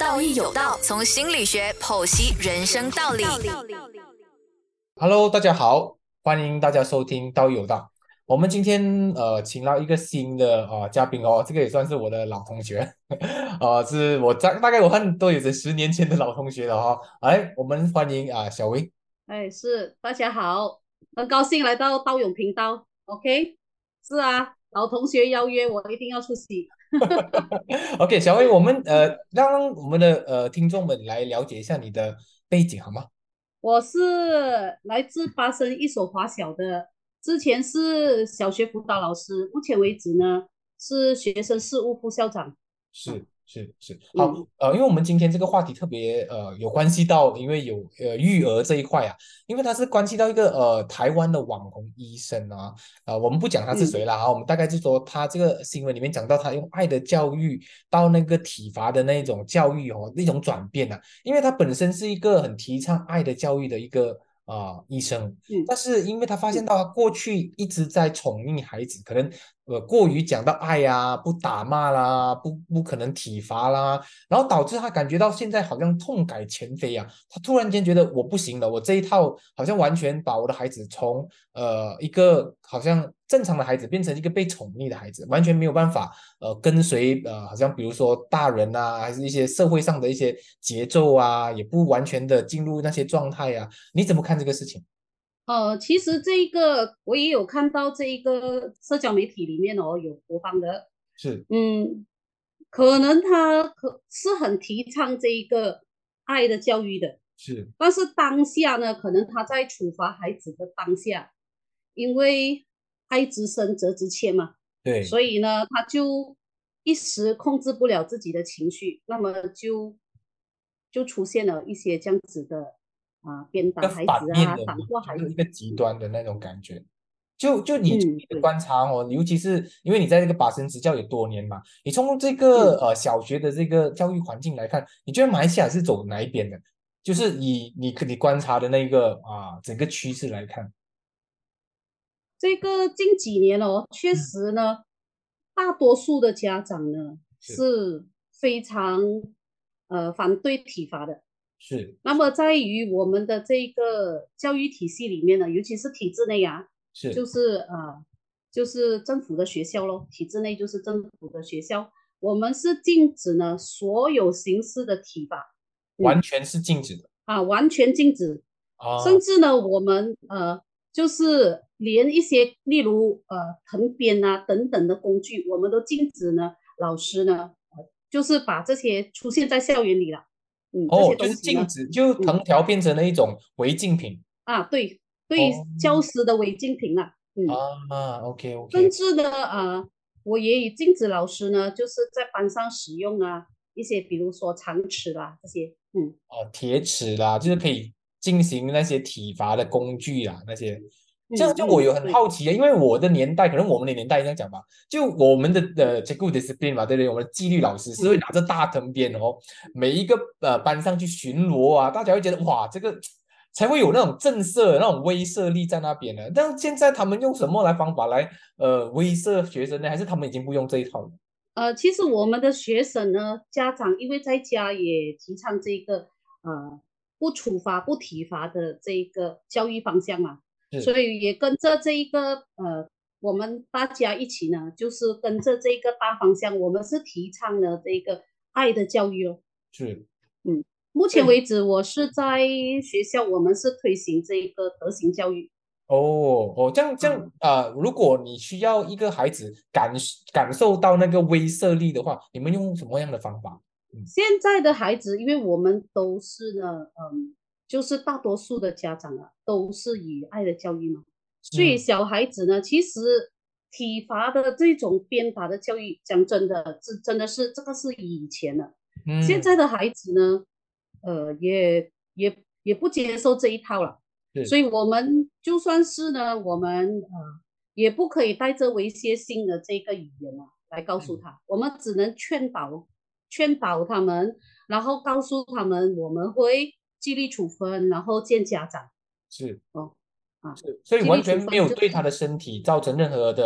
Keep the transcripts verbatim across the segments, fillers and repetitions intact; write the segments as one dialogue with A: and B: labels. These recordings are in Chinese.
A: 道义有道，从心理学剖析人生道理。
B: Hello，大家好，欢迎大家收听道义有道。我们今天呃请到一个新的呃嘉宾哦，这个也算是我的老同学，呃，是我大大概我看都有着十年前的老同学了哈、哦。哎，我们欢迎啊、小薇。
C: 哎，是，大家好，很高兴来到道勇频道。OK，是啊，老同学邀约我一定要出席。
B: OK，小薇，我们呃让我们的呃听众们来了解一下你的背景好吗？
C: 我是来自巴生一所华小的，之前是小学辅导老师，目前为止呢是学生事务副校长。啊，
B: 是是是，好，
C: 嗯
B: 呃，因为我们今天这个话题特别呃有关系到，因为有呃育儿这一块啊，因为它是关系到一个呃台湾的网红医生啊，呃，我们不讲他是
C: 嗯
B: 谁了哈，我们大概就说他这个新闻里面讲到他用爱的教育到那个体罚的那种教育哦，那种转变啊，因为他本身是一个很提倡爱的教育的一个啊、呃医生，
C: 嗯
B: 但是因为他发现
C: 嗯
B: 到他过去一直在宠溺孩子，可能呃过于讲到爱呀、不打骂啦，不不可能体罚啦，然后导致他感觉到现在好像痛改前非啊，他突然间觉得我不行了，我这一套好像完全把我的孩子从呃一个好像正常的孩子变成一个被宠溺的孩子，完全没有办法呃跟随呃好像比如说大人啊，还是一些社会上的一些节奏啊，也不完全的进入那些状态啊，你怎么看这个事情？
C: 呃，其实这一个我也有看到，这一个社交媒体里面哦有播放的。
B: 是
C: 嗯，可能他可是很提倡这一个爱的教育的，
B: 是，
C: 但是当下呢，可能他在处罚孩子的当下，因为爱之深责之切嘛，
B: 对。
C: 所以呢，他就一时控制不了自己的情绪，那么就就出现了一些这样子的啊，鞭打
B: 一个
C: 孩子啊，
B: 反面的，
C: 打过孩子。
B: 就是一个极端的那种感觉。就就你
C: 嗯，
B: 你的
C: 对，
B: 观察哦，尤其是因为你在这个把生执教有多年嘛，你从这个
C: 嗯。
B: 呃小学的这个教育环境来看，你觉得马来西亚是走哪一边的？就是以你你观察的那个啊整个趋势来看。
C: 这个近几年哦，确
B: 嗯，
C: 实呢，大多数的家长呢
B: 是
C: 是非常呃反对体罚的。
B: 是
C: 那么在于我们的这个教育体系里面呢，尤其是体制内啊，
B: 是，
C: 就是呃就是政府的学校咯，体制内就是政府的学校，我们是禁止呢所有形式的体罚。嗯，
B: 完全是禁止的
C: 啊，完全禁止，甚
B: 啊。
C: 至呢，我们呃，就是连一些例如呃藤编啊等等的工具，我们都禁止呢，老师呢，呃，就是把这些出现在校园里了。嗯，这
B: 哦，
C: 些
B: 就是
C: 东西呢，
B: 禁止，就
C: 嗯
B: 藤条变成了一种违禁品。
C: 啊，对对，
B: 哦
C: 教师的违禁品啊。嗯，
B: 啊，OK
C: 甚
B: OK。
C: 至呢，呃，我也有禁止老师呢，就是在班上使用啊一些，比如说长尺啦这些。嗯
B: 哦，铁尺啦，就是可以进行那些体罚的工具啦，那些。这样，
C: 嗯嗯，
B: 就我有很
C: 对。
B: 好奇啊，因为我的年代，可能我们的年代这样讲吧，就我们的呃这个 discipline 嘛，对不对？我们的纪律老师是会
C: 嗯。
B: 拿着大藤鞭哦，每一个呃班上去巡逻啊，大家会觉得哇，这个才会有那种震慑、那种威慑力在那边的。但现在他们用什么来方法来呃威慑学生呢？还是他们已经不用这一套了？
C: 呃，其实我们的学生呢，家长因为在家也提倡这个呃不处罚、不体罚的这一个教育方向嘛，
B: 是
C: 所以也跟着这一个呃，我们大家一起呢，就是跟着这个大方向，我们是提倡的这个爱的教育哦。
B: 是，
C: 嗯，目前
B: 对。
C: 为止，我是在学校，我们是推行这一个德行教育
B: 哦哦，这样这样
C: 啊。
B: 啊、呃如果你需要一个孩子感感受到那个威慑力的话，你们用什么样的方法？嗯
C: 现在的孩子，因为我们都是呢，嗯，就是大多数的家长啊，都是以爱的教育嘛，所以
B: 嗯
C: 小孩子呢，其实体罚的这种鞭打的教育，讲真的，这真的是这个是以前的，现
B: 嗯，
C: 在的孩子呢，呃，也也也不接受这一套了，
B: 是
C: 所以我们就算是呢，我们呃也不可以带着猥亵性的这个语言啊来告诉
B: 嗯
C: 他，我们只能劝导劝导他们，然后告诉他们我们会纪律处分，然后见家长
B: 是
C: 哦啊，
B: 是，所以
C: 纪律
B: 完全没有
C: 处分就是
B: 对他的身体造成任何的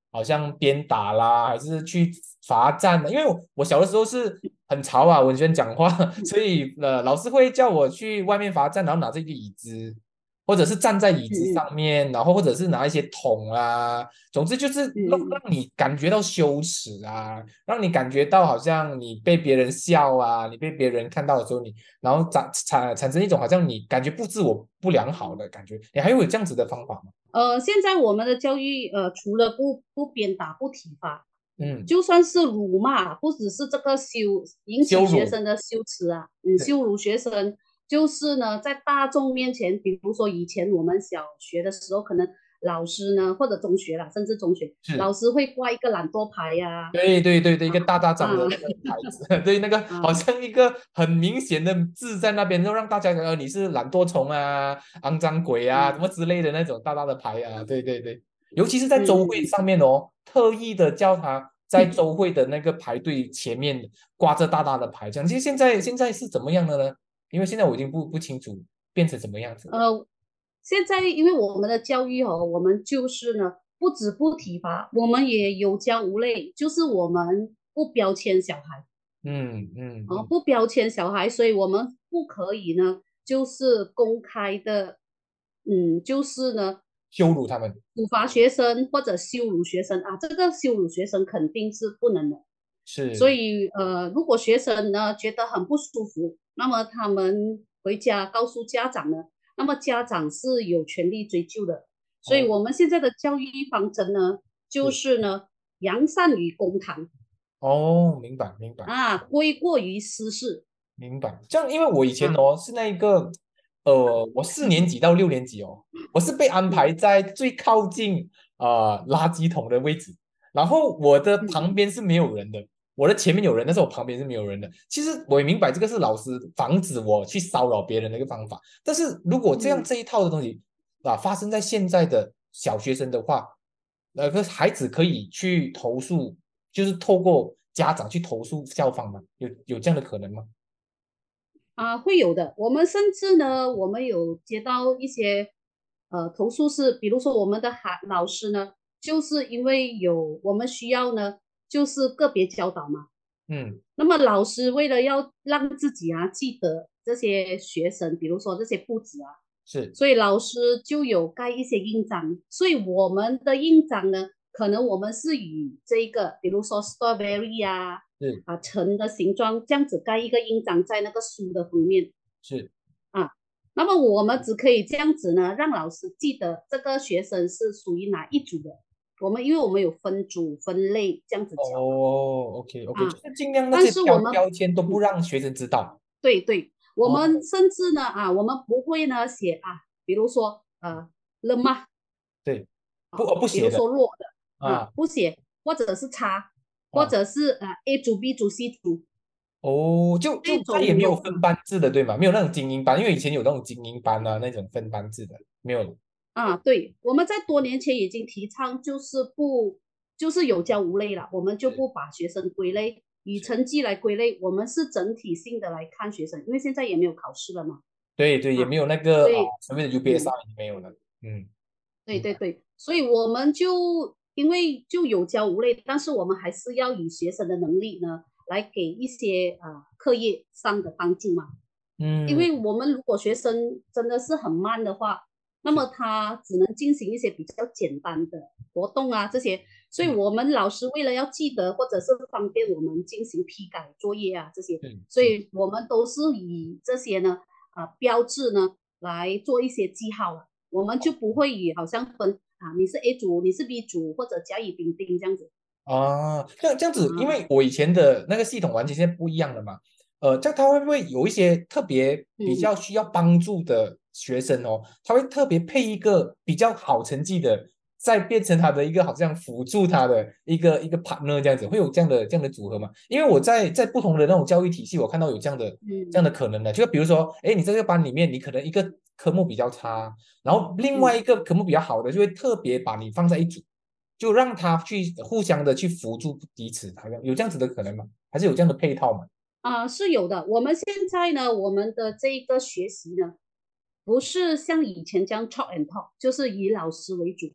B: 好像鞭打啦，还是去罚站的？因为我我小的时候是很潮啊，我很喜欢讲话，所以呃，老师会叫我去外面罚站，然后拿这个椅子，或者是站在椅子
C: 嗯
B: 上面，然后或者是拿一些桶啊，总之就是让
C: 嗯
B: 让你感觉到羞耻啊，让你感觉到好像你被别人笑啊，你被别人看到的时候你，然后产产产生一种好像你感觉不自我不良好的感觉，你还会有这样子的方法吗？
C: 呃，现在我们的教育呃，除了不不鞭打不体罚，
B: 嗯，
C: 就算是辱骂，不只是这个羞引起
B: 羞辱，
C: 学生的羞耻啊，嗯，
B: 对，
C: 羞辱学生，就是呢，在大众面前，比如说以前我们小学的时候，可能老师呢，或者中学啦，甚至中学，老
B: 是。
C: 师会挂一个懒惰牌呀、
B: 对对对对，一
C: 啊，
B: 个大大张
C: 啊
B: 的那个牌子，对，那个好
C: 啊
B: 像一个很明显的字在那边，就让大家呃你是懒惰虫啊、肮脏鬼啊什么
C: 啊，
B: 之类的那种大大的牌啊，对对对，尤其是在周会
C: 嗯
B: 上面哦，特意的叫他在周会的那个排队前面挂着大大的牌，这样。其实现在现在是怎么样的呢？因为现在我已经不不清楚变成什么样子了。
C: 呃，现在因为我们的教育哦，我们就是呢，不止不体罚，我们也有教无类，就是我们不标签小孩。
B: 嗯嗯
C: 哦，
B: 嗯，
C: 不标签小孩，所以我们不可以呢，就是公开的，嗯，就是呢，
B: 羞辱他们
C: 处罚学生或者羞辱学生啊，这个羞辱学生肯定是不能的。所
B: 是
C: 以呃，如果学生呢觉得很不舒服，那么他们回家告诉家长呢，那么家长是有权利追究的。所以
B: 哦
C: 我们现在的教育方针呢，就
B: 是
C: 是呢，扬善于公堂
B: 哦，明白明白。
C: 啊，归过于私事。
B: 明白，这样，因为我以前
C: 啊，
B: 哦是那一个，呃，我四年级到六年级哦，我是被安排
C: 嗯
B: 在最靠近呃垃圾桶的位置，然后我的
C: 嗯
B: 旁边是没有人的，我的前面有人，但是我旁边是没有人的。其实我也明白这个是老师防止我去骚扰别人的一个方法，但是如果这样
C: 嗯。
B: 这一套的东西啊发生在现在的小学生的话，那个孩子可以去投诉，就是透过家长去投诉校方吗？有有这样的可能吗？
C: 啊，会有的。我们甚至呢，我们有接到一些呃投诉是，比如说我们的孩老师呢，就是因为有我们需要呢，就是个别教导嘛。
B: 嗯，
C: 那么老师为了要让自己啊记得这些学生，比如说这些布置啊，
B: 是
C: 所以老师就有盖一些印章。所以我们的印章呢，可能我们是以这个，比如说 strawberry 啊
B: 是
C: 啊橙的形状这样子盖一个印章在那个书的封面
B: 是
C: 啊。那么我们只可以这样子呢，让老师记得这个学生是属于哪一组的。我们因为我们有分组分类这样子教嘛
B: 哦，OK OK，就
C: 啊，
B: 是尽量那
C: 但
B: 些标
C: 是我们
B: 标签都不
C: 嗯
B: 让学生知道。
C: 对对，我们
B: 哦，
C: 甚至呢啊，我们不会呢写啊，比如说呃了吗
B: 对，不
C: 啊，
B: 呃不
C: 比如
B: 写的
C: 说弱的啊
B: 啊
C: 不写，或者是差，或
B: 啊
C: 者是呃 A 组 B 组 C 组
B: 哦，就就
C: 这
B: 他也没有分
C: 种有啊
B: 班制的，对吗？没有那种精英班，因为以前有那种精英班啊，那种分班制的，没有。
C: 啊，对，我们在多年前已经提倡就是不就是有教无类了，我们就
B: 是
C: 不把学生归类。以
B: 是，
C: 成绩来归类，我们是整体性的来看学生，因为现在也没有考试了嘛，
B: 对对，也
C: 啊，
B: 没有那个啊
C: 所以
B: 所谓的 U B S R
C: 嗯，
B: 也没有了。嗯，明白。
C: 对对对，所以我们就因为就有教无类，但是我们还是要以学生的能力呢，来给一些啊、呃课业上的帮助嘛。因
B: 嗯，
C: 为我们如果学生真的是很慢的话，那么
B: 是
C: 他只能进行一些比较简单的活动啊这些，所以
B: 嗯
C: 我们老师为了要记得或者是方便我们进行批改作业啊这些，
B: 是是。
C: 所以我们都是以这些呢啊、呃标志呢来做一些记号了。我们就不会以好像分啊，你是 A 组，你是 B 组，或者甲乙丙丁这样子
B: 啊，这样这样子，因为
C: 啊，
B: 我以前的那个系统完全现在不一样了嘛，呃，这样他会不会有一些特别比
C: 嗯
B: 较需要帮助的学生哦，他会特别配一个比较好成绩的，再变成他的一个好像辅助他的一个一个 partner 这样子，会有这样的这样的组合吗？因为我在在不同的那种教育体系，我看到有这样的这样的
C: 嗯
B: 可能的，就比如说，哎，你在这个班里面，你可能一个科目比较差，然后另外
C: 嗯。
B: 一个科目比较好的，就会特别把你放在一组。就让他去互相的去辅助彼此，好像有这样子的可能吗？还是有这样的配套吗？
C: 啊，是有的。我们现在呢，我们的这一个学习呢，不是像以前这样 talk and talk，就是以老师为主。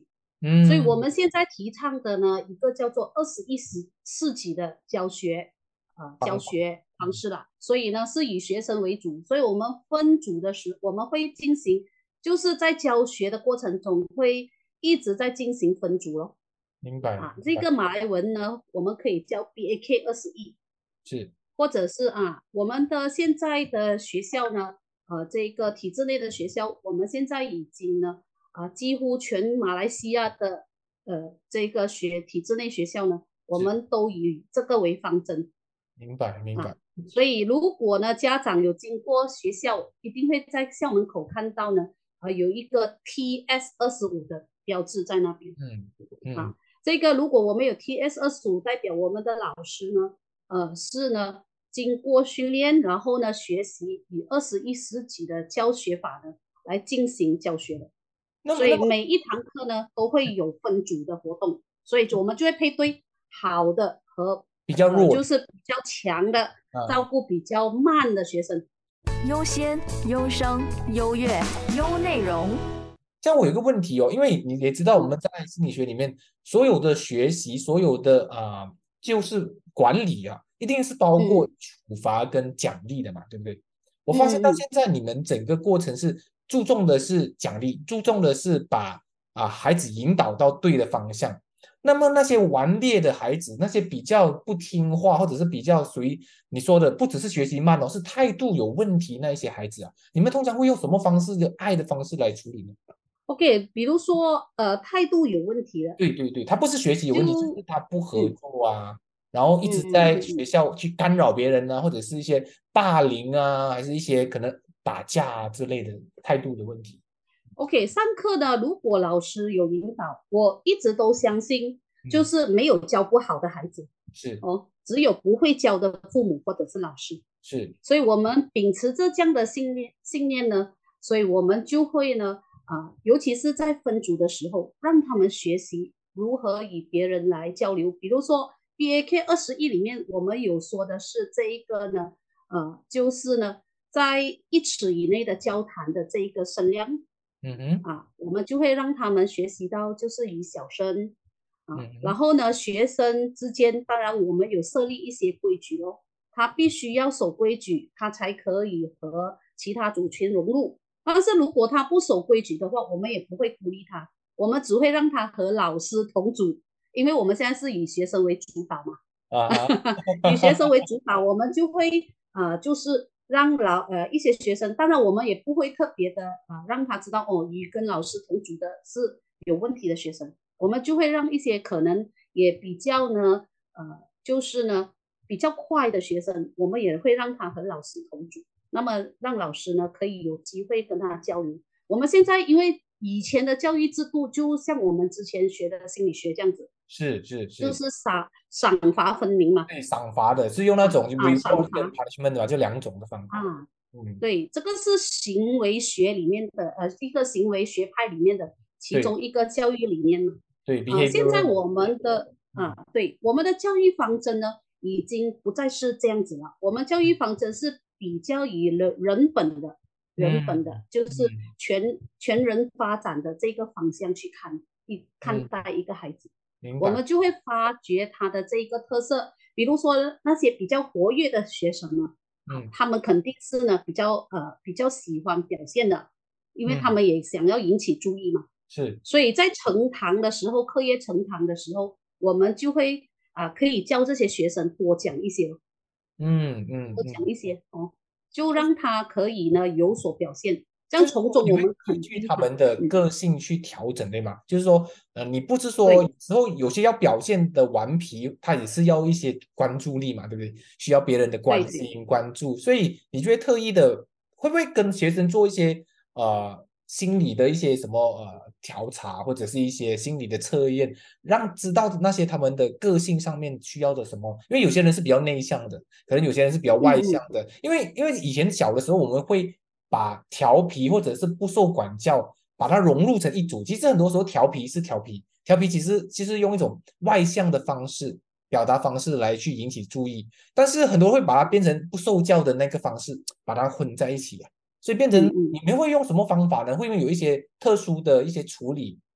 C: 所以我
B: 嗯，
C: 们现在提倡的呢，一个叫做二十一世纪的教学啊、呃、教
B: 方法，
C: 学方
B: 嗯，
C: 式啦。所以呢，是以学生为主，所以我们分组的时，我们会进行，就是在教学的过程中会一直在进行分组咯。
B: 明白
C: 啊，
B: 明白，
C: 这个马来文呢，我们可以叫 B A K 二十一，
B: 是，
C: 或者是啊，我们的现在的学校呢，呃，这个体制内的学校，我们现在已经呢，啊、呃，几乎全马来西亚的呃这个学体制内学校呢，我
B: 是，
C: 们都以这个为方针
B: 明白明白，
C: 啊。所以如果呢家长有经过学校，一定会在校门口看到呢，呃，有一个 T S 二十五的标志在那边
B: 嗯嗯，
C: 啊。这个如果我们有 T S 二十五，代表我们的老师呢，呃，是呢经过训练，然后呢学习以二十一世纪的教学法呢来进行教学的。所以
B: 那么那么
C: 每一堂课呢都会有分组的活动，所以我们就会配对好的和
B: 比较弱的
C: 呃就是比较强的，照
B: 啊，
C: 顾比较慢的学生。
A: 优先、优生、优越、优内容。
B: 这样我有一个问题哦，因为你也知道我们在心理学里面所有的学习，所有的啊、呃就是管理啊，一定是包括
C: 嗯
B: 处罚跟奖励的嘛，对不对？我发现到
C: 嗯嗯
B: 现在你们整个过程是注重的是奖励，注重的是把啊、孩子引导到对的方向。那么那些顽劣的孩子，那些比较不听话，或者是比较属于你说的，不只是学习慢哦，是态度有问题那一些孩子啊，你们通常会用什么方式的爱的方式来处理呢？
C: ，OK，比如说呃态度有问题的，
B: 对对对，他不是学习有问题，只是
C: 就
B: 他不合
C: 嗯
B: 作啊，然后一直
C: 嗯嗯
B: 在
C: 嗯嗯
B: 学校去干扰别人啊，或者是一些霸凌啊，还是一些可能打架啊之类的态度的问题。
C: ，OK，上课呢，如果老师有引导，我一直都相信，就
B: 嗯，
C: 是没有教不好的孩子
B: 是
C: 哦，只有不会教的父母或者是老师。
B: 是，
C: 所以我们秉持着这样的信念信念呢，所以我们就会呢啊、呃尤其是在分组的时候，让他们学习如何与别人来交流。比如说 B A K 二十一里面，我们有说的是这一个呢，呃，就是呢，在一尺以内的交谈的这一个声量
B: 嗯哼
C: 啊，我们就会让他们学习到就是以小声啊，然
B: 嗯哼
C: 后呢，学生之间当然我们有设立一些规矩哦，他必须要守规矩，他才可以和其他族群融入。但是如果他不守规矩的话，我们也不会鼓励他，我们只会让他和老师同组，因为我们现在是以学生为主导嘛。
B: 啊哈，
C: 以学生为主导，我们就会啊、呃就是让老呃一些学生，当然我们也不会特别的啊、呃让他知道哦，与跟老师同组的是有问题的学生，我们就会让一些可能也比较呢呃就是呢比较快的学生，我们也会让他和老师同组，那么让老师呢可以有机会跟他交流。我们现在因为以前的教育制度，就像我们之前学的心理学这样子，
B: 是是是，
C: 就是赏赏罚分明嘛。
B: 对，赏罚的是用那
C: 啊
B: 种就
C: 啊，赏
B: reward 跟
C: 罚
B: punishment 的嘛，就两种的方法。
C: 啊，
B: 嗯，
C: 对，这个是行为学里面的呃一个行为学派里面的其
B: 对
C: 中一个教育理念嘛。
B: 对
C: 啊，现在
B: ，behavioral，
C: 我们的
B: 嗯
C: 啊，对，我们的教育方针呢，已经不再是这样子了。我们教育方针是比较以人人本的、人本
B: 嗯
C: 的，就是
B: 嗯
C: 全全人发展的这个方向去看一看
B: 嗯，
C: 待一个孩子。
B: 明白，
C: 我们就会发掘他的这个特色，比如说那些比较活跃的学生呢，啊，
B: 嗯
C: 他们肯定是呢比较呃比较喜欢表现的，因为他
B: 嗯，
C: 们也想要引起注意嘛。
B: 是，
C: 所以在成堂的时候，课业成堂的时候，我们就会啊、可以教这些学生多讲一些，
B: 嗯嗯
C: 多讲
B: 嗯。
C: 一些哦，就让他可以呢有所表现，这样
B: 就是说你会
C: 从中我们
B: 根据他
C: 肯定他。
B: 们的
C: 嗯，
B: 个性去调整，对吗？就是说，呃，你不是说有
C: 对，
B: 时候有些要表现的顽皮，他也是要一些关注力嘛，对不对？需要别人的关
C: 对对。
B: 心关注，所以你就会特意的，会不会跟学生做一些呃心理的一些什么呃调查，或者是一些心理的测验，让知道那些他们的个性上面需要的什么？因为有些人是比较内向的，可能有些人是比较外
C: 嗯嗯
B: 向的，因为因为以前小的时候我们会把调皮或者是不受管教，把它融入成一组。其实很多时候调皮是调皮，调皮其实其实用一种外向的方式表达方式来去引起注意，但是很多人会把它变成不受教的那个方式，把它混在一起啊。所以变成
C: 嗯嗯。
B: 你们会用什么方法呢？会不会有一些特殊的一些处理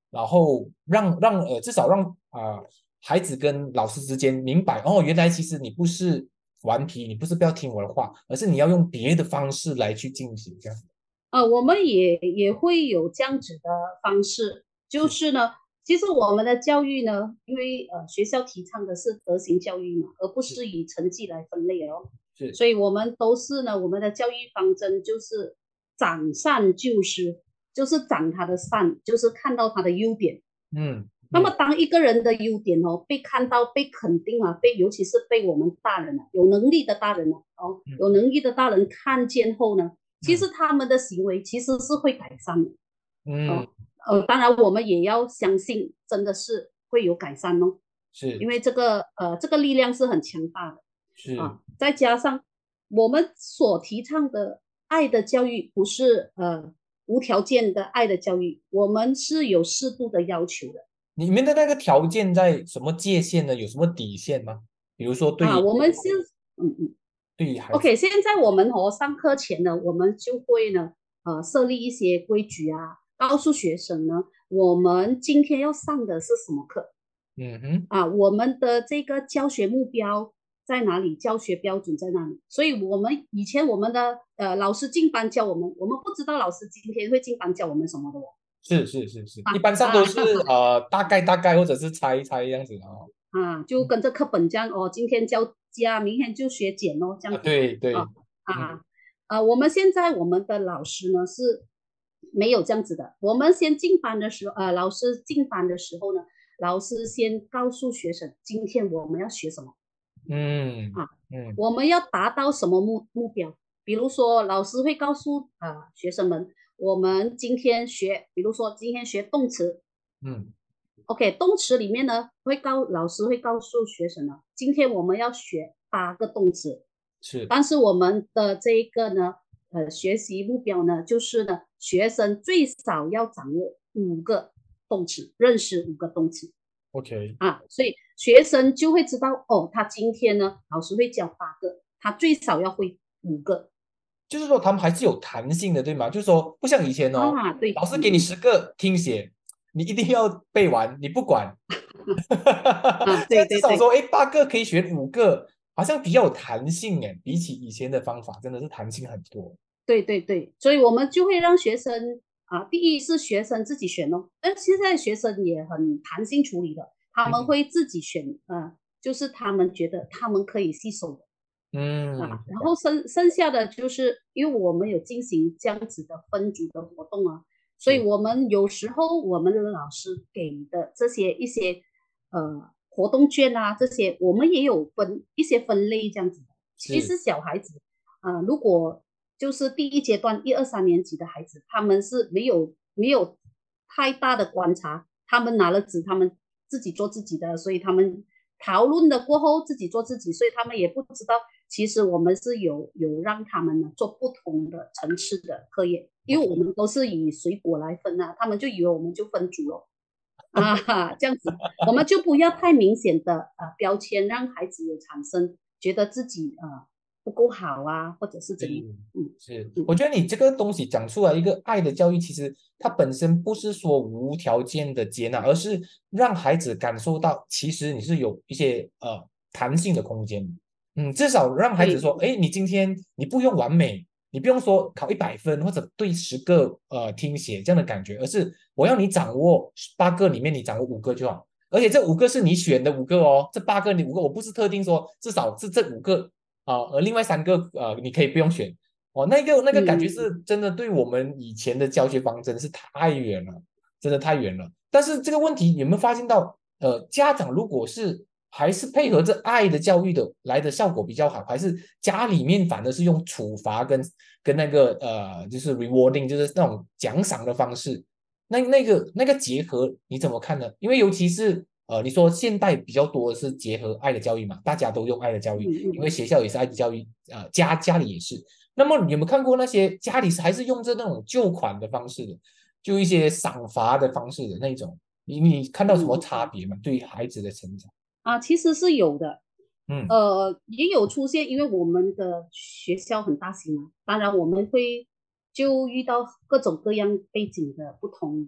B: 然后让让呃至少让啊、呃孩子跟老师之间明白哦，原来其实你不是顽皮，你不是不要听我的话，而是你要用别的方式来去进行这样。
C: 呃，我们也也会有这样子的方式，就
B: 是
C: 是呢，其实我们的教育呢，因为呃学校提倡的是德行教育嘛，而不
B: 是
C: 是以成绩来分类哦，
B: 是，
C: 所以我们都是呢，我们的教育方针就是长善救失，就是长他的善，就是看到他的优点。
B: 嗯
C: 那么，
B: 嗯
C: 当一个人的优点哦被看到、被肯定啊，被尤其是被我们大人啊，有能力的大人啊，哦，
B: 嗯
C: 有能力的大人看见后呢，其
B: 嗯
C: 实他们的行为其实是会改善的。
B: 嗯，
C: 哦，呃，当然我们也要相信，真的是会有改善哦，因
B: 是
C: 为这个呃这个力量是很强大的
B: 是，
C: 啊。再加上我们所提倡的爱的教育，不是呃无条件的爱的教育，我们是有适度的要求的。
B: 你们的那个条件在什么界限呢？有什么底线吗？比如说对
C: 啊，
B: 于
C: 我们是嗯嗯
B: 对于孩子，
C: ，OK，现在我们哦上课前呢，我们就会呢呃设立一些规矩啊，告诉学生呢，我们今天要上的是什么课
B: 嗯哼，
C: 啊，我们的这个教学目标在哪里，教学标准在哪里。所以我们以前我们的呃老师进班教我们，我们不知道老师今天会进班教我们什么的哦。
B: 是是是是，
C: 啊
B: 一般上都
C: 啊
B: 是呃大概大概或者是猜一猜这样子哦。
C: 啊，就跟着课本这样哦，今天教加，明天就学减哦，这
B: 啊，
C: 样子啊
B: 对对，嗯
C: 啊啊！我们现在我们的老师呢是没有这样子的。我们先进班的时候，呃，老师进班的时候呢，老师先告诉学生，今天我们要学什么
B: 嗯
C: 啊？
B: 嗯
C: 我们要达到什么目目标？比如说，老师会告诉啊、呃学生们，我们今天学，比如说今天学动词，
B: 嗯，
C: OK，动词里面呢，会告老师会告诉学生呢，今天我们要学八个动词，
B: 是
C: 但是我们的这一个呢，呃，学习目标呢，就是呢，学生最少要掌握五个动词，认识五个动词
B: OK，
C: 啊，所以学生就会知道哦，他今天呢，老师会教八个，他最少要会五个
B: 就是说他们还是有弹性的，对吗？就是说不像以前哦，
C: 啊，对，
B: 老师给你
C: 嗯嗯
B: 十个听写，你一定要背完，你不管。
C: 啊，
B: 现在
C: 对对对。
B: 至少说，哎，八个可以选五个，好像比较有弹性哎，比起以前的方法，真的是弹性很多。
C: 对对对，所以我们就会让学生啊，第一是学生自己选哦，但现在学生也很弹性处理的，他们
B: 嗯
C: 会自己选，呃，就是他们觉得他们可以吸收的
B: 嗯，
C: 啊，然
B: 明白
C: 后剩剩下的就是因为我们有进行这样子的分组的活动啊，所以
B: 是
C: 我们有时候我们的老师给的这些一些呃活动卷啊，这些我们也有分一些分类这样子的。其
B: 是，
C: 实小孩子啊、呃如果就是第一阶段一二三年级的孩子，他们是没有没有太大的观察，他们拿了纸，他们自己做自己的，所以他们讨论了过后自己做自己，所以他们也不知道，其实我们是有有让他们呢做不同的层次的课业，因为我
B: OK。
C: 们都是以水果来分啊，他们就以为我们就分组了啊，这样子，我们就不要太明显的呃标签，让孩子有产生觉得自己呃不够好啊，或者是怎样，
B: 是
C: 嗯
B: 是，我
C: 嗯
B: 觉得你这个东西讲出来一个爱的教育，其实它本身不是说无条件的接纳，而是让孩子感受到，其实你是有一些呃弹性的空间。嗯，至少让孩子
C: 对
B: 说，哎，你今天你不用完美，你不用说考一百分或者对十个呃听写这样的感觉，而是我要你掌握八个里面你掌握五个就好，而且这五个是你选的五个哦，这八个你五个我不是特定说至少是这五个啊，而另外三个呃，你可以不用选哦。那个那个感觉
C: 嗯
B: 是真的，对我们以前的教学方针是太远了，真的太远了。但是这个问题有没有发现到？呃，家长如果是还是配合着爱的教育的来的效果比较好，还是家里面反而是用处罚跟跟那个呃，就是 rewarding，就是那种奖赏的方式，那那个那个结合你怎么看呢？因为尤其是呃，你说现代比较多的是结合爱的教育嘛，大家都用爱的教育，
C: 嗯嗯
B: 因为学校也是爱的教育，呃，家家里也是。那么你有没有看过那些家里还是用着那种旧款的方式的，就一些赏罚的方式的那种？你你看到什么
C: 嗯嗯
B: 差别吗？对于孩子的成长？
C: 啊，其实是有的，
B: 嗯
C: 呃，也有出现，因为我们的学校很大型嘛，当然我们会就遇到各种各样背景的不同的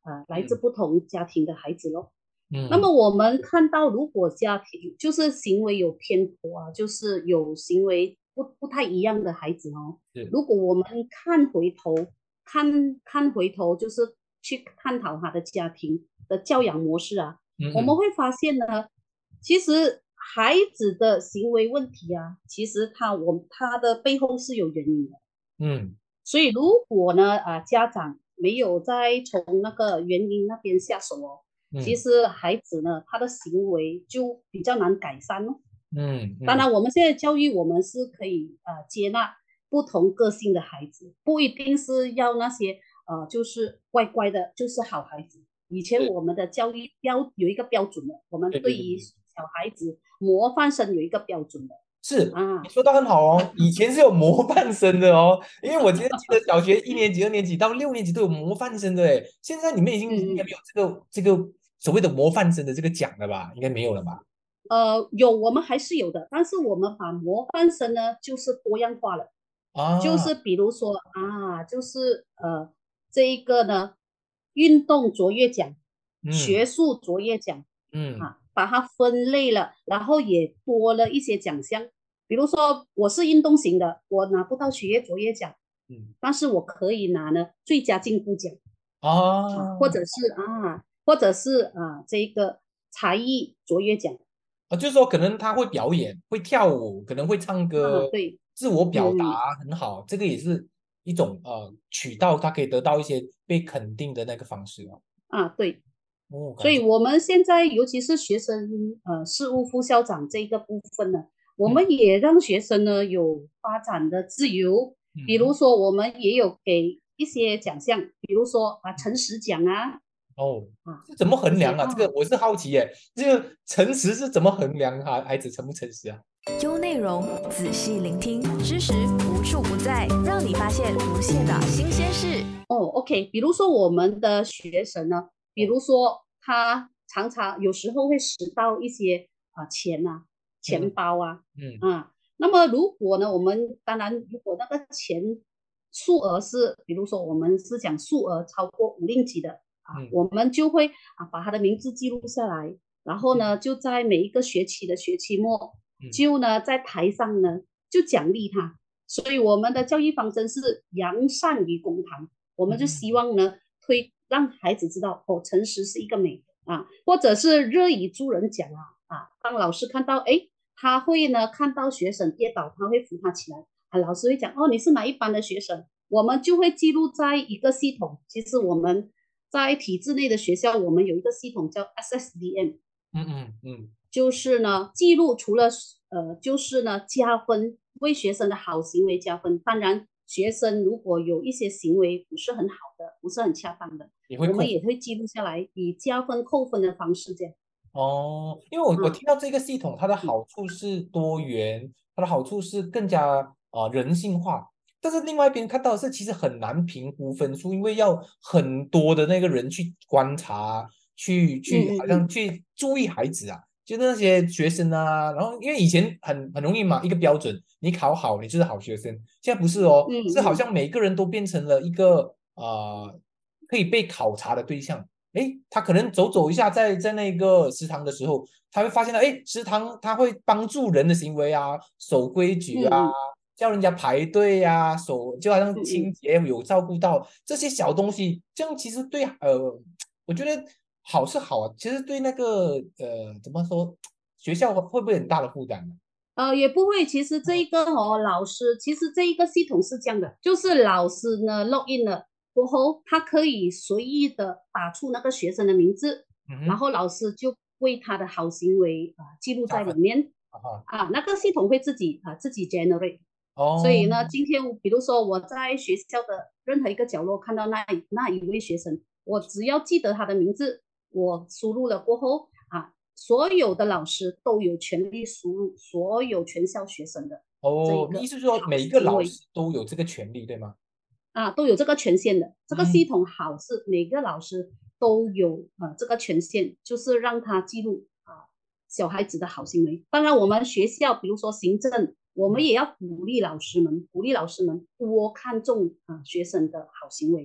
C: 啊来自
B: 嗯
C: 不同家庭的孩子咯。
B: 嗯，
C: 那么我们看到，如果家庭就是行为有偏颇啊，就是有行为不不太一样的孩子哦，
B: 是，
C: 如果我们看回头，看看回头，就是去探讨他的家庭的教养模式啊，
B: 嗯嗯
C: 我们会发现呢，其实孩子的行为问题啊，其实他我他的背后是有原因的。
B: 嗯
C: 所以如果呢，啊，家长没有再从那个原因那边下手哦，其
B: 嗯
C: 实孩子呢，他的行为就比较难改善哦。
B: 嗯嗯，
C: 当然，我们现在教育我们是可以呃接纳不同个性的孩子，不一定是要那些呃就是乖乖的，就是好孩子。以前
B: 是，
C: 我们的教育标有一个标准的，我们
B: 对对
C: 对于
B: 对对。
C: 小孩子模范生有一个标准的
B: 是，你
C: 啊。
B: 说到很好哦，以前是有模范生的哦，因为我记得记得小学一年级、二年级到六年级都有模范生的诶，现在你们已经应
C: 嗯嗯。
B: 该没有这个这个所谓的模范生的这个奖了吧？应该没有了吧？
C: 呃，有，我们还是有的，但是我们把模范生呢，就是多样化了，就
B: 啊，
C: 是比如说啊，就是呃，这一个呢，运动卓越奖、
B: 嗯
C: 学术卓越奖
B: 嗯
C: 啊，把它分类了，然后也多了一些奖项，比如说我是运动型的，我拿不到学业卓越奖，
B: 嗯
C: 但是我可以拿呢最佳进步奖啊，或
B: 啊
C: 者是啊，或者是啊这个才艺卓越奖。
B: 啊，就是说可能他会表演，会跳舞，可能会唱
C: 啊，
B: 歌，
C: 对。
B: 自我表达
C: 嗯。
B: 很好，这个也是一种呃渠道，他可以得到一些被肯定的那个方式哦。
C: 啊，对。
B: 哦，感觉
C: 所以我们现在尤其是学生呃事务副校长这一个部分呢，我
B: 嗯
C: 们也让学生呢有发展的自由。比如
B: 嗯
C: 说，我们也有给一些奖项，比如说啊诚实奖啊
B: 哦，
C: 啊
B: 是怎么
C: 这
B: 衡量啊？这个
C: 些啊。
B: 我是好奇耶，这个诚实是怎么衡量孩孩子诚不诚实啊？
A: 优内容，仔细聆听，知识无处不在，让你发现无限的新鲜事。
C: 哦，OK，比如说我们的学生呢，比
B: 哦，
C: 如说他常常有时候会拾到一些啊、钱啊、钱
B: 嗯
C: 包啊
B: 嗯
C: 啊，那么如果呢，我们当然如果那个钱数额是，比如说我们是讲数额超过五令吉的啊，
B: 嗯
C: 我们就会啊把他的名字记录下来，然后
B: 嗯
C: 呢就在每一个学期的学期末，
B: 嗯
C: 就呢在台上呢就奖励他。所以我们的教育方针是扬善于公堂。我们就希
B: 嗯
C: 望呢，推让孩子知道哦，诚实是一个美德啊，或者是乐以助人奖啊啊，当老师看到，哎，他会呢看到学生跌倒，他会扶他起来啊，老师会讲哦，你是哪一班的学生，我们就会记录在一个系统。其实我们在体制内的学校，我们有一个系统叫 S S D M，
B: 嗯嗯嗯，
C: 就是呢记录除了呃就是呢加分，为学生的好行为加分。当然，学生如果有一些行为不是很好的，不是很恰当的，我们
B: 也会扣分
C: 也会记录下来，以加分扣分的方式这样。
B: 哦。因为我我
C: 啊。
B: 听到这个系统，它的
C: 嗯
B: 好处是多元，它的好处是更加啊、呃人性化。但是另外一边看到的是，其实很难评估分数，因为要很多的那个人去观察，去
C: 嗯
B: 去好像
C: 嗯嗯
B: 去注意孩子啊，就那些学生啊。然后因为以前很很容易嘛，一个标准，你考好，你就是好学生。现在不是哦，
C: 嗯
B: 是好
C: 嗯
B: 像每个人都变成了一个呃可以被考察的对象。诶，他可能走走一下在，在那个食堂的时候，他会发现到，诶，食堂他会帮助人的行为啊，守规矩啊，
C: 嗯嗯
B: 叫人家排队呀、守就好像
C: 嗯嗯。
B: 清洁有照顾到这些小东西，这样其实对呃，我觉得好是好啊，其实对那个呃怎么说，学校会不会很大的负担呢？
C: 呃，也不会。其实这一个哦，老师其实这一个系统是这样的，就是老师呢 log in 了过后，他可以随意的打出那个学生的名字，
B: 嗯哼，
C: 然后老师就为他的好行为啊、记录在里
B: 加分
C: 面
B: 啊，
C: 啊，那个系统会自己啊自己 generate。所
B: 哦，
C: 以呢，今天比如说我在学校的任何一个角落看到那那一位学生，我只要记得他的名字，我输入了过后啊，所有的老师都有权利输入所有全校学生的这一
B: 哦，你意
C: 个
B: 思是说
C: 好
B: 每一个
C: 行为
B: 老师都有这个权利，对吗？
C: 啊，都有这个权限的。这个系
B: 嗯
C: 统好是每个老师都有呃这个权限，就是让他记录啊小孩子的好行为。当然，我们学校比如说行政，我们
B: 嗯，
C: 也要鼓励老师们，鼓励老师们多看重啊学生的好行为。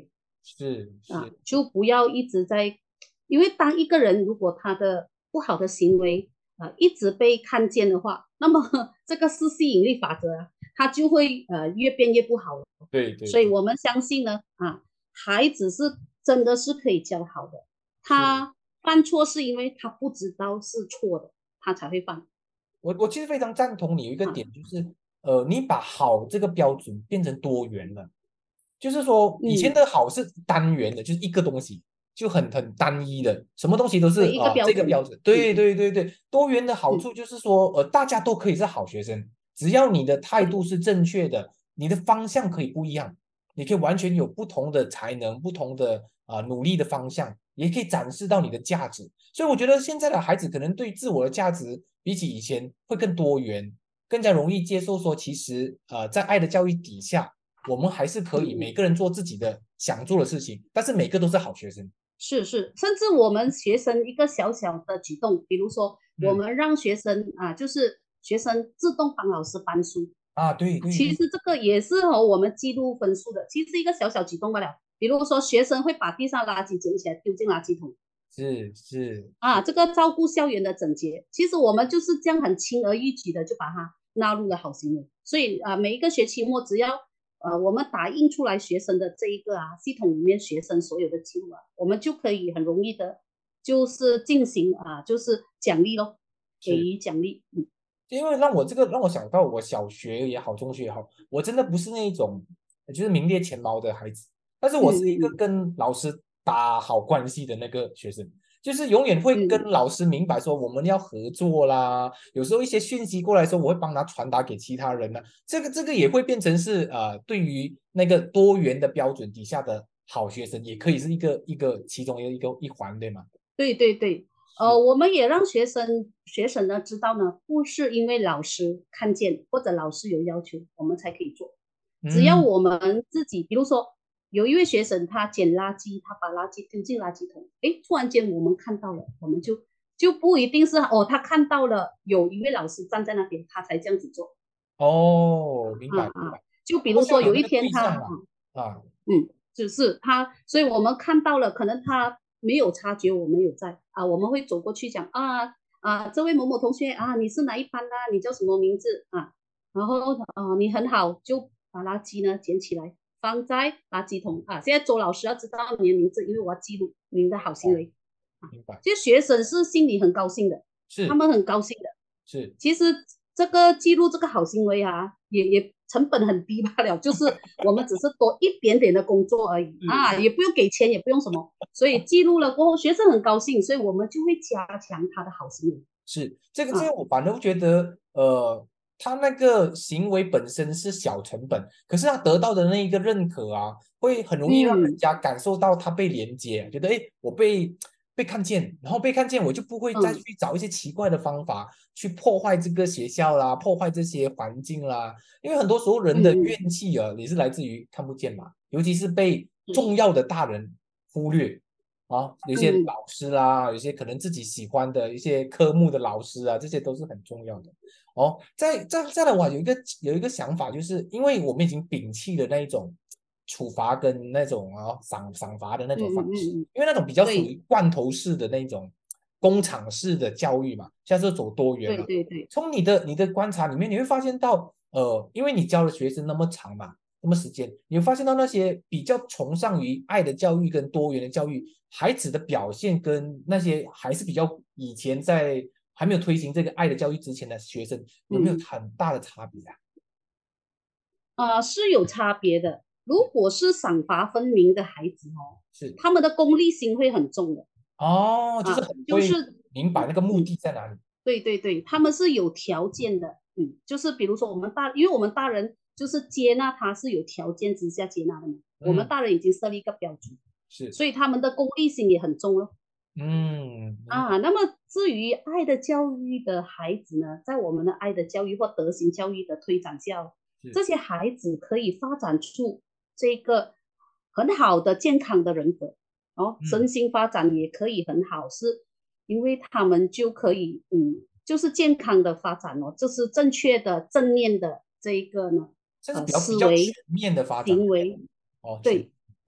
B: 是
C: 啊，
B: 是，
C: 就不要一直在，因为当一个人如果他的不好的行为啊一直被看见的话，那么这个是吸引力法则啊，他就会呃越变越不好了。
B: 对对对，
C: 所以我们相信呢，啊，孩子是真的是可以教好的，
B: 是。
C: 他犯错是因为他不知道是错的，他才会犯
B: 我我其实非常赞同你有一个
C: 啊。
B: 点，就是呃，你把好这个标准变成多元了。就是说，以前
C: 嗯，
B: 的好是单元的，就是一个东西，就很很单一的，什么东西都是
C: 对，一个
B: 啊、呃
C: 标准。
B: 这个标准。对
C: 嗯
B: 对对对，多元的好
C: 嗯，
B: 处就是说，呃，大家都可以是好学生，只要你的态
C: 对，
B: 度是正确的，你的方向可以不一样，你可以完全有不同的才能、不同的啊、呃努力的方向，也可以展示到你的价值。所以我觉得现在的孩子可能对自我的价值比起以前会更多元，更加容易接受说，其实呃，在爱的教育底下。我们还是可以每
C: 嗯嗯。
B: 个人做自己的想做的事情，但是每个都是好学生。
C: 是是，甚至我们学生一个小小的举动，比如说我
B: 嗯
C: 们让学生啊，就是学生自动帮老师搬书，
B: 啊，对对对，
C: 其实这个也是和我们记录分数的，其实一个小小举动罢了。比如说学生会把地上垃圾捡起来丢进垃圾桶
B: 是是
C: 啊，
B: 是
C: 这个照顾校园的整洁，其实我们就是这样很轻而易举的就把它纳入了好行为。所以啊，每一个学期末只要呃，我们打印出来学生的这一个啊系统里面学生所有的记录啊，我们就可以很容易的，就是进行啊，就是奖励咯，给
B: 是，
C: 予奖励。嗯
B: 因为让我这个让我想到我小学也好，中学也好，我真的不是那种就是名列前茅的孩子，但是
C: 嗯
B: 我是一个
C: 嗯
B: 跟老师打好关系的那个学生，就是永远会跟
C: 嗯
B: 老师明白说我们要合作啦，有时候一些讯息过来说，我会帮他传达给其他人呢、这个这个也会变成是呃，对于那个多元的标准底下的好学生，也可以是一个一个其中一个一个一环，对吗？
C: 对对对，呃，
B: 是，
C: 我们也让学生学生呢知道呢，不是因为老师看见或者老师有要求，我们才可以做。只要
B: 嗯，
C: 我们自己，比如说有一位学生他捡垃圾，他把垃圾丢进垃圾桶，诶，突然间我们看到了，我们就就不一定是哦，他看到了有一位老师站在那边，他才这样子做
B: 哦，明
C: 啊啊。
B: 白明白，
C: 就比
B: 他需要
C: 如说有一
B: 有那个对
C: 天他，
B: 象啦，啊，
C: 嗯，只是他，所以我们看到了，可能他没有察觉我们有在啊，我们会走过去讲啊啊，这位某某同学啊，你是哪一班的？你叫什么名字啊？然后啊，你很好，就把垃圾呢捡起来放在垃圾桶啊。现在周老师要知道你的名字，因为我要记录您的好行
B: 哦，
C: 为啊。
B: 明白，
C: 这些学生是心里很高兴的，他
B: 是
C: 们很高兴的。
B: 是，
C: 其实这个记录这个好行为啊，也也成本很低罢了，就是我们只是多一点点的工作而已
B: 是
C: 啊，也不用给钱，也不用什么，所以记录了过后，学生很高兴，所以我们就会加强他的好行为
B: 是，这个这
C: 啊。
B: 个我反而觉得，呃，他那个行为本身是小成本，可是他得到的那一个认可啊，会很容易让人
C: 嗯
B: 家感受到他被连接，觉得诶，我被被看见，然后被看见，我就不会再
C: 嗯
B: 去找一些奇怪的方法去破坏这个学校啦，破坏这些环境啦，因为很多时候人的
C: 嗯嗯，
B: 怨气啊，也是来自于看不见嘛，尤其是被重
C: 是
B: 要的大人忽略。啊，有些
C: 嗯嗯
B: 老师啦，有些可能自己喜欢的一些科目的老师啊，这些都是很重要的。哦，再再再来，我有一个有一个想法，就是因为我们已经摒弃了那一种处罚跟那种啊赏赏罚的那
C: 嗯
B: 种方式，
C: 嗯嗯嗯，
B: 因为那种比较属
C: 对
B: 于罐头式的那种工厂式的教育嘛，现在是走多元
C: 对
B: 嘛。
C: 对对，
B: 从你的你的观察里面，你会发现到，呃，因为你教的学生那么长嘛，那么时间，你会发现到那些比较崇尚于爱的教育跟多元的教育，孩子的表现跟那些还是比较以前在还没有推行这个爱的教育之前的学生，有没有
C: 嗯
B: 很大的差别啊？
C: 啊、呃是有差别的。如果是赏罚分明的孩子哦，
B: 是
C: 他们的功利心会很重的
B: 哦，就是
C: 啊，
B: 很会
C: 就是
B: 明白那个目
C: 嗯。
B: 的在哪里。
C: 对对对，他们是有条件的，嗯，就是比如说我们大，因为我们大人就是接纳他是有条件之下接纳的嘛，我们
B: 嗯，
C: 大人已经设立一个标准，
B: 是，
C: 所以他们的功利心也很重咯。
B: 嗯，明白，
C: 啊。那么至于爱的教育的孩子呢，在我们的爱的教育或德行教育的推展下，
B: 是，
C: 这些孩子可以发展出这个很好的健康的人格哦，
B: 嗯，
C: 身心发展也可以很好，是因为他们就可以嗯，就是健康的发展哦，这是正确的正面的这一个呢
B: 这是
C: 呃
B: 比较比较全
C: 思维
B: 面的发展
C: 行为，
B: 哦，全
C: 对，嗯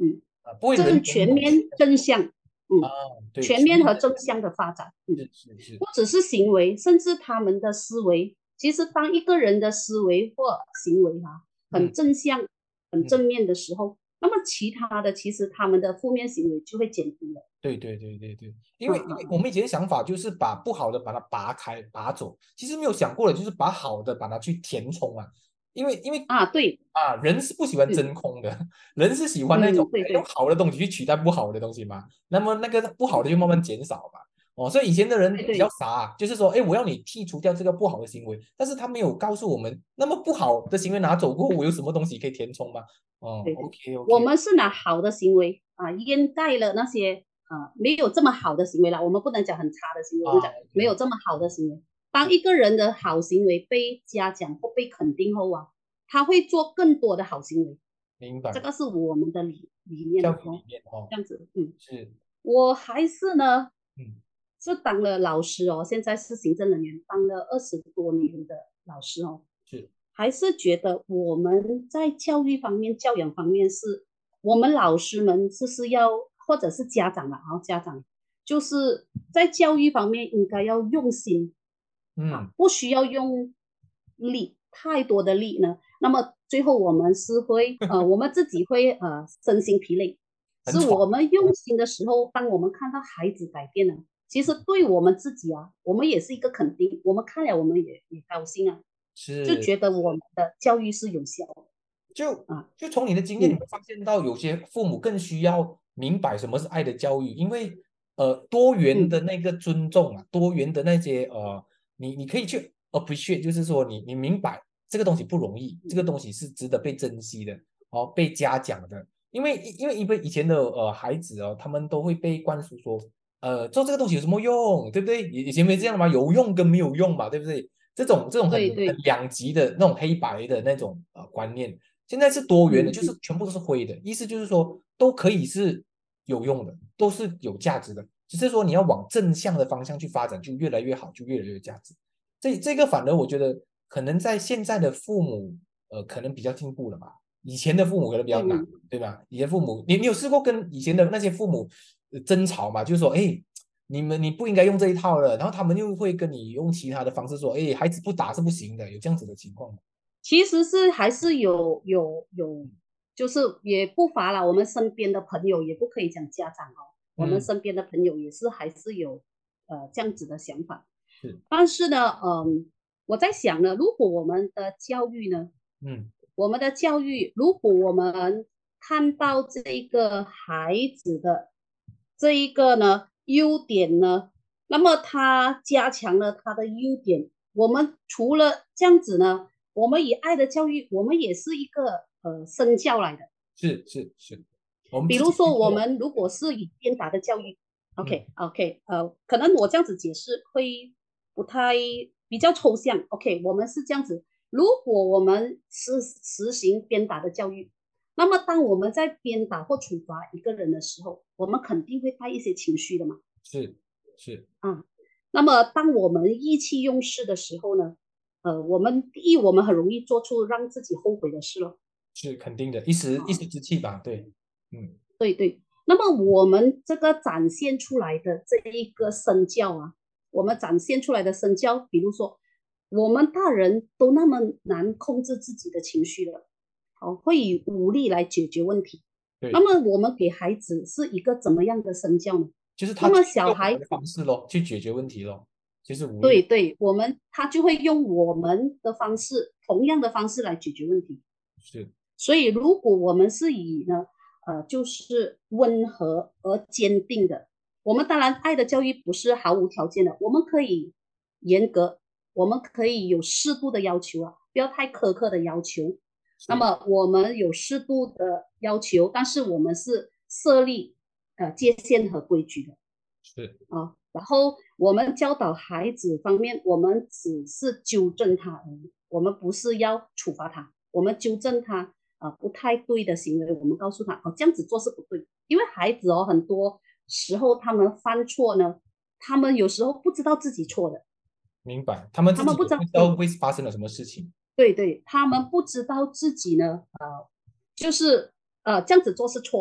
B: 啊，不会人
C: 正
B: 言网
C: 全面正向，嗯，
B: 啊，对，
C: 全面和
B: 全面的
C: 正向的发展，嗯，
B: 是是是，
C: 不只是行为，甚至他们的思维。其实，当一个人的思维或行为哈、啊、很
B: 嗯
C: 正向、很
B: 嗯。
C: 正面的时候，那么其他的其实他们的负面行为就会减低了。
B: 对对对对对，因
C: 嗯
B: 为因为我
C: 嗯
B: 们以前的想法就是把不好的把它拔开拔走，其实没有想过的就是把好的把它去填充啊，因为因为
C: 啊，对，
B: 啊人是不喜欢
C: 嗯
B: 真空的，人是喜欢那种
C: 嗯，对
B: 用
C: 对
B: 好的东西去取代不好的东西嘛，那么那个不好的就慢慢减少嘛。哦，所以以前的人比较
C: 对对，
B: 傻啊，就是说，哎，我要你剔除掉这个不好的行为，但是他没有告诉我们，那么不好的行为拿走过后，我有什么东西可以填充吗？哦
C: 对对，
B: ，OK
C: 我
B: OK，
C: 们是拿好的行为啊掩盖了那些啊没有这么好的行为了。我们不能讲很差的行为，我们
B: 啊
C: 讲没有
B: ，OK，
C: 这么好的行为。当
B: 是
C: 一个人的好行为被嘉奖或被肯定后啊，他会做更多的好行为。
B: 明白，
C: 这个是我们的理理念
B: 教育里
C: 哦，
B: 面哦，
C: 这样子，嗯，
B: 是，
C: 我还是呢
B: 嗯。
C: 是当了老师哦，现在是行政人员，当了二十多年的老师哦，
B: 是
C: 还是觉得我们在教育方面、教养方面是，我们老师们就是要，或者是家长嘛，然后家长就是在教育方面应该要用心啊，
B: 嗯，
C: 不需要用力太多的力呢。那么最后我们是会呃，我们自己会呃身心疲累。是
B: 很喘，
C: 我们用心的时候，当我们看到孩子改变了，其实对我们自己啊，我们也是一个肯定。我们看了，我们也也高兴啊，就
B: 是
C: 觉得我们的教育是有效
B: 就
C: 的啊。
B: 就从你的经验，你
C: 嗯
B: 会发现到有些父母更需要明白什么是爱的教育，因为呃多元
C: 嗯
B: 的那个尊重啊，多元的那些呃，你你可以去 appreciate，就是说你你明白这个东西不容易，这个东西是值得被珍惜的，哦，被嘉奖的，因为因为因为以前的呃孩子哦，他们都会被灌输说，呃做这个东西有什么用，对不对？以以前没这样嘛，有用跟没有用嘛，对不对？这种这种很很
C: 对对，
B: 两极的那种黑白的那种呃观念。现在是多元的，就是
C: 嗯嗯
B: 全部都是灰的，意思就是说都可以是有用的，都是有价值的，只是说你要往正向的方向去发展，就越来越好，就越来越有价值。这这个反而我觉得可能在现在的父母，呃，可能比较进步了吧。以前的父母可能比较难，
C: 嗯，
B: 对吧？以前父母，你你有试过跟以前的那些父母呃争吵吗？就是说，哎，你们你不应该用这一套了，然后他们又会跟你用其他的方式说，哎，孩子不打是不行的，有这样子的情况吗？
C: 其实是还是有有有，就是也不乏啦。我们身边的朋友也不可以讲家长哦，我们
B: 嗯，
C: 身边的朋友也是还是有呃这样子的想法。
B: 是，
C: 但是呢，嗯，我在想呢，如果我们的教育呢，
B: 嗯
C: 我们的教育，如果我们看到这一个孩子的这一个呢优点呢，那么他加强了他的优点，我们除了这样子呢，我们以爱的教育，我们也是一个呃身教来的。
B: 是是是，我们自己去
C: 比如说，我
B: 做，
C: 们如果是以鞭打的教育
B: 嗯
C: ，OK OK，呃，可能我这样子解释会不太比较抽象。OK，我们是这样子，如果我们是实行鞭打的教育，那么当我们在鞭打或处罚一个人的时候，我们肯定会带一些情绪的嘛，
B: 是是
C: 啊，那么当我们意气用事的时候呢，呃，我们第一，我们很容易做出让自己后悔的事咯。
B: 是肯定的，一时一
C: 啊，
B: 时之气吧，对，嗯
C: 对对，那么我们这个展现出来的这一个身教啊，我们展现出来的身教，比如说我们大人都那么难控制自己的情绪了，好，会以武力来解决问题。那
B: 对，
C: 么我们给孩子是一个怎么样的身教呢？
B: 就是他就
C: 那么
B: 是用我们的
C: 小孩子，
B: 方式咯，去解决问题咯，就是武力，
C: 对对，我们他就会用我们的方式，同样的方式来解决问题。
B: 是
C: 所以，如果我们是以呢，呃，就是温和而坚定的，我们当然爱的教育不是毫无条件的，我们可以严格，我们可以有适度的要求啊，不要太苛刻的要求。那
B: 是
C: 么我们有适度的要求，但是我们是设立呃界限和规矩的
B: 是
C: 啊。然后我们教导孩子方面，我们只是纠正他而已，我们不是要处罚他，我们纠正他啊、呃、不太对的行为，我们告诉他哦这样子做是不对，因为孩子哦很多时候他们犯错呢，他们有时候不知道自己错的，
B: 明白，他们自己
C: 他们不知道，
B: 也不知道会发生了什么事情，
C: 对对，他们不知道自己呢，呃，就是呃这样子做是错的，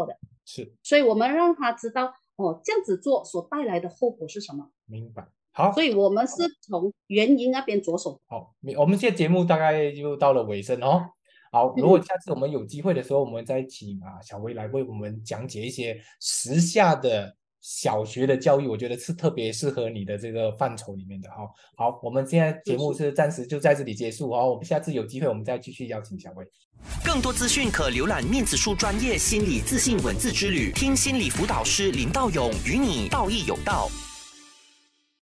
B: 是，
C: 所以我们让他知道哦，这样子做所带来的后果是什么。
B: 明白。好，
C: 所以我们是从原因那边着手。
B: 好，我们现在节目大概就到了尾声哦。好，如果下次我们有机会的时候，我们再请啊小薇来为我们讲解一些时下的小学的教育，我觉得是特别适合你的这个范畴里面的哈。好，我们现在节目是暂时就在这里结束哦，我们下次有机会我们再继续邀请小薇。
D: 更多资讯可浏览面子书专业心理自信文字之旅，听心理辅导师林道勇与你道义有道。